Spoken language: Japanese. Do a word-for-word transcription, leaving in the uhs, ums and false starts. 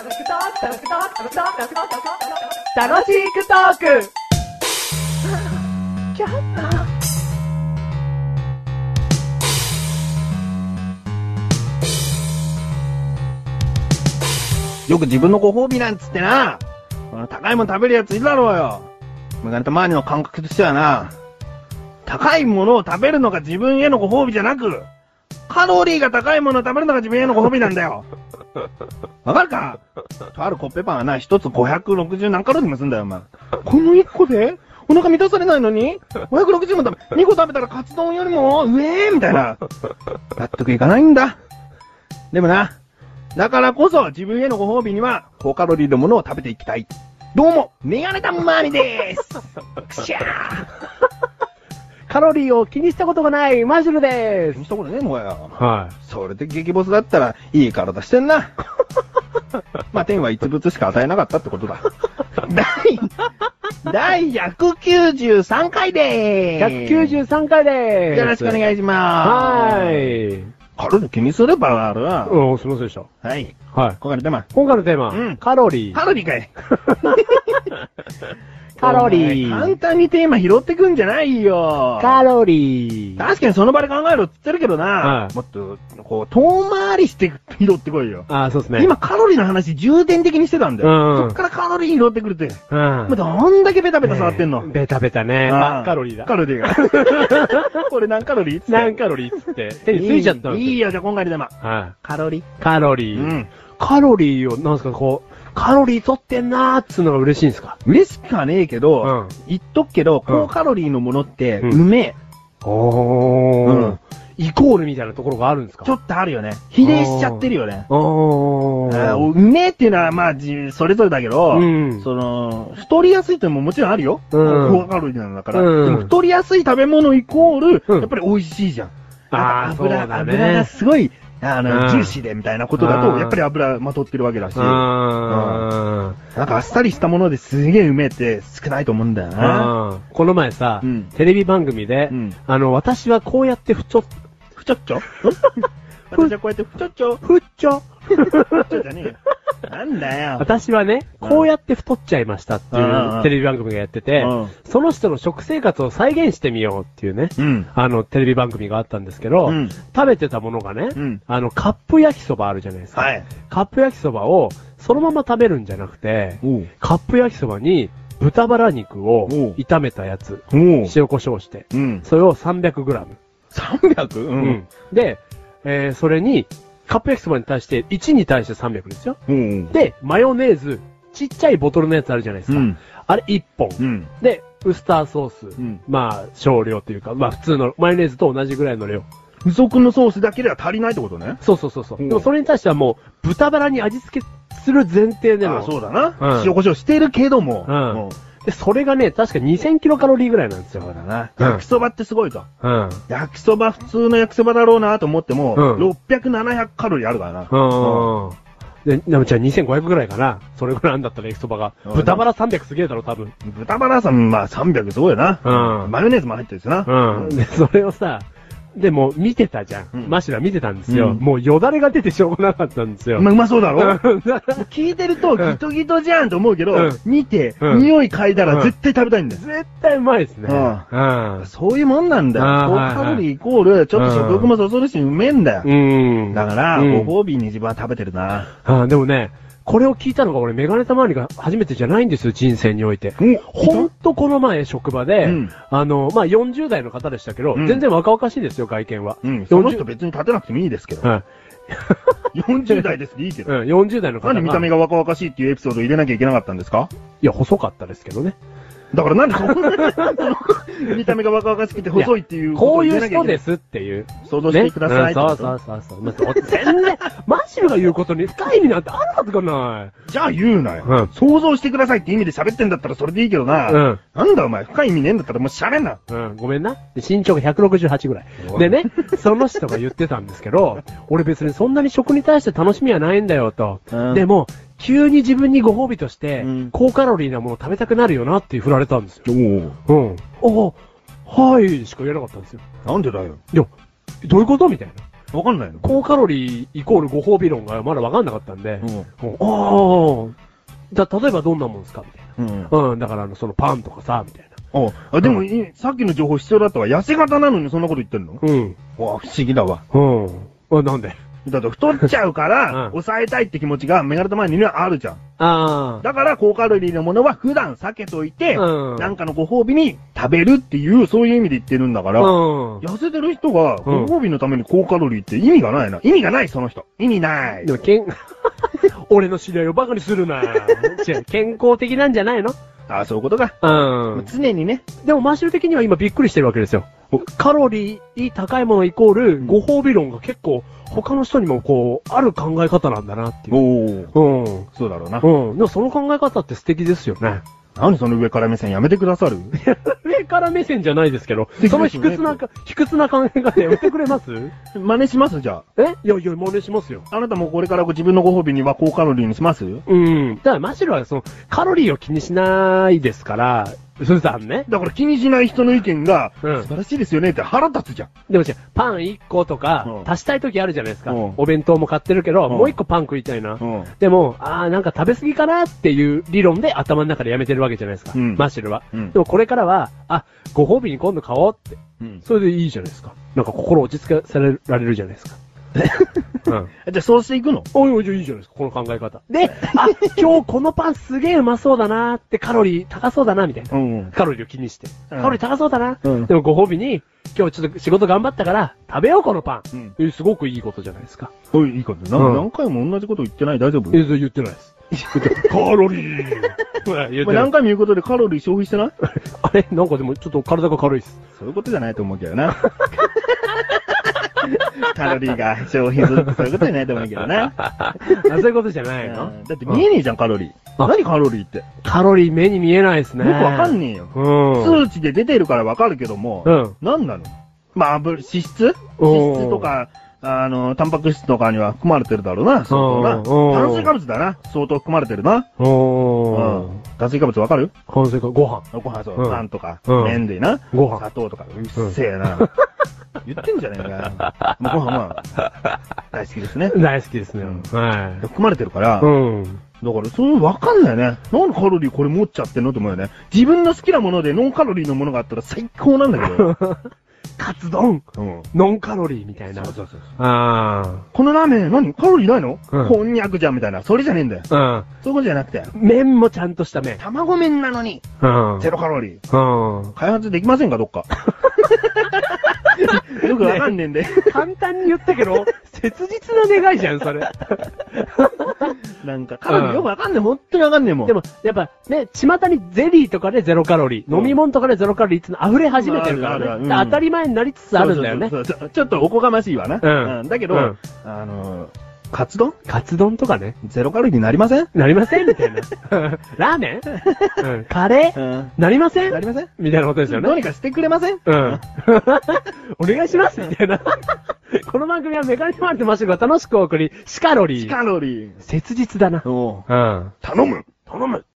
楽しくトークよく自分のご褒美なんつってな、高いもの食べるやついるだろうよ。メガネと周りの感覚としてはな、高いものを食べるのが自分へのご褒美じゃなく、カロリーが高いものを食べるのが自分へのご褒美なんだよ。わかるか？とあるコッペパンはな、一つごひゃくろくじゅう何カロリーもすんだよ、お前。このいっこでお腹満たされないのにごひゃくろくじゅうも食べ、にこ食べたらカツ丼よりも上みたいな。納得いかないんだ。でもな、だからこそ自分へのご褒美には高カロリーのものを食べていきたい。どうも、メガネタマーニでーす。くしゃー。 カロリーを気にしたことがないマジルでーす。 気にしたことねえのかよ。 はい。 それで激ボスだったらいい体してんな。まあ、天は一物しか与えなかったってことだ。第、第ひゃくきゅうじゅうさんかいでーす。 ひゃくきゅうじゅうさんかいでーす。 よろしくお願いしまーす。 はーい。 カロリー気にすればあるわ。 うん、すいませんでした。 はい。 はい。 今回のテーマ。 今回のテーマ。 うん。 カロリー。 カロリーかい。 カロリー。 簡単にテーマ拾ってくんじゃないよ。 カロリー。 確かにその場で考えろって言ってるけどな。 はい。 もっと、こう、遠回りして拾ってこいよ。 ああ、そうですね。 今カロリーの話重点的にしてたんだよ。 うん。 そっからカロリー拾ってくるって。 うん。 もうどんだけベタベタ触ってんの、 えー、ベタベタね。あ、カロリーだ。 カロリーが。これ何カロリー何カロリーっつって。手についちゃったの。 いいよ、じゃあ今回のテーマ。 はい。 カロリー。 カロリー。 うん。 カロリーを、なんすか、こう、カロリー取ってんなーっつうのが嬉しいんですか？ 嬉しくはねえけど、 うん、 言っとくけど、高カロリーのものって、うめえ。 おー。うん。イコールみたいなところがあるんですか？ ちょっとあるよね。比例しちゃってるよね。 おー。 うめえっていうのは、まあ、それぞれだけど、うん、その、太りやすいってのももちろんあるよ。うん。高カロリーなんだから。うん、でも太りやすい食べ物イコール、うん、やっぱり美味しいじゃん。 ああ、 油、 そうだね、 油がすごい、あの、ジューシーでみたいなことだと、やっぱり油まとってるわけだし、うん、なんかあっさりしたものですげえうめえって少ないと思うんだよな。 この前さ、うん、テレビ番組で、うん、あの、私はこうやってふちょ、 ふちょっちょ私はこうやってふちょっちょふっちょふっちょじゃねえよ。なんだよ。 私はね、こうやって太っちゃいましたっていうテレビ番組がやってて、その人の食生活を再現してみようっていうね、うん、あの、テレビ番組があったんですけど、うん、食べてたものがね、うん、あの、カップ焼きそばあるじゃないですか。はい、カップ焼きそばをそのまま食べるんじゃなくて、カップ焼きそばに豚バラ肉を炒めたやつ、塩コショウして、うん、それを さんびゃくグラム。 さんびゃく？ うん。 で、えー、それに、カップ焼きそばに対して、いちに対してさんびゃくですよ。うん、で、マヨネーズ、ちっちゃいボトルのやつあるじゃないですか。うん、あれいっぽん、うん。で、ウスターソース、うん、まあ、少量というか、まあ普通のマヨネーズと同じぐらいの量。 付属のソースだけでは足りないってことね。 そうそうそうそう。でもそれに対してはもう、豚バラに味付けする前提での。 あ、そうだな。うん、塩コショウしてるけども。 うんうんで、それがね、確かにせんキロカロリーぐらいなんですよ。 そうだな。うん、焼きそばってすごいと。うん。焼きそば普通の焼きそばだろうなと思っても、うん、ろっぴゃく、ななひゃくカロリーあるからな。うん。 うん、で、でもじゃあにせんごひゃくぐらいかな。それぐらいあんだったら焼きそばが。豚バラさんびゃくすげえだろ、多分。 豚バラさん、まあさんびゃくすごいよな。うん。マヨネーズも入ってるしな。 うん。で、それをさ、でも、見てたじゃん。うん、マシュラ見てたんですよ。うん、もうよだれが出てしょうがなかったんですよ。 まあ、うまそうだろ聞いてるとギトギトじゃんと思うけど、うん、見て、うん、匂い嗅いだら絶対食べたいんだよ。 絶対うまいですね。 うんうん、そういうもんなんだよ。高カロリーイコール、ちょっと食欲もそそるしうめえんだよ。うん、だから、ご褒美に自分は食べてるな。 あでもね、これを聞いたのが俺メガネたまわりが初めてじゃないんですよ、人生において。ほんとこの前職場で、うん、あの、まあ、よんじゅう代の方でしたけど、うん、全然若々しいですよ、外見は。 うん、その人別に立てなくてもいいですけど。はい、よんじゅう代ですでいいけど。 うん、よんじゅう代の方が。 なんで見た目が若々しいっていうエピソードを入れなきゃいけなかったんですか？ いや、細かったですけどね。 だからなんでそこ見た目が若々しくて細いっていうこういう人ですっていう。 想像してください、 ねうん。そうそうそうそう。全然、マッシュルが言うことに深い意味なんてあるはずがない。 じゃあ言うなよ、うん。想像してくださいって意味で喋ってんだったらそれでいいけどな。うん。なんだお前、深い意味ねえんだったらもう喋んな。 うん、ごめんな。で身長がひゃくろくじゅうはちぐらい。でね、その人が言ってたんですけど、俺別にそんなに食に対して楽しみはないんだよと。うん、でも、急に自分にご褒美として、高カロリーなものを食べたくなるよなって振られたんですよ。おうん。おはい、しか言えなかったんですよ。 なんでだよ。 いや、どういうことみたいな。 わかんないの？ 高カロリーイコールご褒美論がまだわかんなかったんで、うん、ああ、じゃあ例えばどんなもんですかみたいな。うん。うん、だからあの、そのパンとかさ、みたいな。 あ、でも、うん、さっきの情報必要だったわ。痩せ型なのにそんなこと言ってんの？うん。わ、不思議だわ。 うん。あ、なんで？ だって太っちゃうから、抑えたいって気持ちがメガネと前にはあるじゃん。ああ。だから高カロリーのものは普段避けといて、うん、なんかのご褒美に食べるっていう、そういう意味で言ってるんだから、うん、痩せてる人がご褒美のために高カロリーって意味がないな。意味がない、その人。意味ない。 でも、けん、俺の知り合いをバカにするな。違う、健康的なんじゃないの？ ああ、そういうことか。うん。常にね。 でも、マシュル的には今びっくりしてるわけですよ。カロリー高いものイコール、ご褒美論が結構、他の人にもこう、ある考え方なんだなっていう。 おお。うん。そうだろうな。 うん。でもその考え方って素敵ですよね。 何その上から目線やめてくださる？ 上から目線じゃないですけど、その卑屈な、卑屈な考え方やめてくれます？ 真似しますじゃあ。 えいやいや、真似しますよ。 あなたもこれから自分のご褒美には高カロリーにします？ うん。だからマシルはその、カロリーを気にしないですから、スーさんね。 だから気にしない人の意見が、うん、素晴らしいですよねって腹立つじゃん。 でもじゃパンいっことか、うん、足したい時あるじゃないですか。うん、お弁当も買ってるけど、うん、もういっこパン食いたいな。うん、でも、あーなんか食べ過ぎかなっていう理論で頭の中でやめてるわけじゃないですか。うん、マシルは、うん。でもこれからは、あ、ご褒美に今度買おうって。うん、それでいいじゃないですか。なんか心落ち着かせられるじゃないですか。うん、 じゃあそうしていくの？ おいおい、じゃあいいじゃないですか、この考え方。で、あ、今日このパンすげえうまそうだなーってカロリー高そうだな、みたいな。うん、カロリーを気にして。カロリー高そうだな。うん、でもご褒美に、今日ちょっと仕事頑張ったから、食べようこのパン。うん、すごくいいことじゃないですか。 おい、いいこと。な、うん、何回も同じこと言ってない？大丈夫？ え、言ってないです。カロリー何回も言うことでカロリー消費してない？ あれなんかでもちょっと体が軽いです。 そういうことじゃないと思うけどな。カロリーが消費するってそういうことじゃないと思うけどな。 あ、そういうことじゃないの？ だって見えねえじゃん、カロリー。何カロリーって。 カロリー目に見えないですね。 よくわかんねえよ。うん。数値で出てるからわかるけども、うん。何なの？まあ、脂質？脂質とか、あの、タンパク質とかには含まれてるだろうな、相当な。炭水化物だな、相当含まれてるな。うん。炭水化物わかる？ 炭水化物、ご飯。 ご飯、そう、パンとか、麺類な。 ご飯。 砂糖とか、うっせえな。言ってんじゃねえかよ。もうご飯は、大好きですね。 大好きですね。はい。含まれてるから、うん。だから、それわかんないね。なんでカロリーこれ持っちゃってんのと思うよね。自分の好きなものでノンカロリーのものがあったら最高なんだけど。 カツ丼、うん、ノンカロリーみたいな。そうそうそう。 ああ。このラーメン何カロリーないの？うん、こんにゃくじゃんみたいな。それじゃねえんだよ。うん。そういうことじゃなくて。 麺もちゃんとした麺。 卵麺なのに。うん。ゼロカロリー。うん。開発できませんかどっか。よくわかんねえんで。 簡単に言ったけど、切実な願いじゃん、それ。 なんか、カロリーよくわかんねえ。ほんとにわかんねえもん。 でも、やっぱね、巷にゼリーとかでゼロカロリー、うん、飲み物とかでゼロカロリーっての溢れ始めてるからね。うん、当たり前になりつつあるんだよね。 そうそうそうそう、ちょっとおこがましいわな。うん。うん、だけど、うん、あのー、カツ丼カツ丼とかね。 ゼロカロリーになりません？ なりませんみたいな。ラーメンうん。カレーうん。なりませんなりませんみたいなことですよね。 どうにかしてくれませんうん。お願いしますみたいな。この番組はメガネとマルとマシュルが楽しくお送り、シカロリー。 シカロリー。 切実だな。おう。 うん。頼む頼む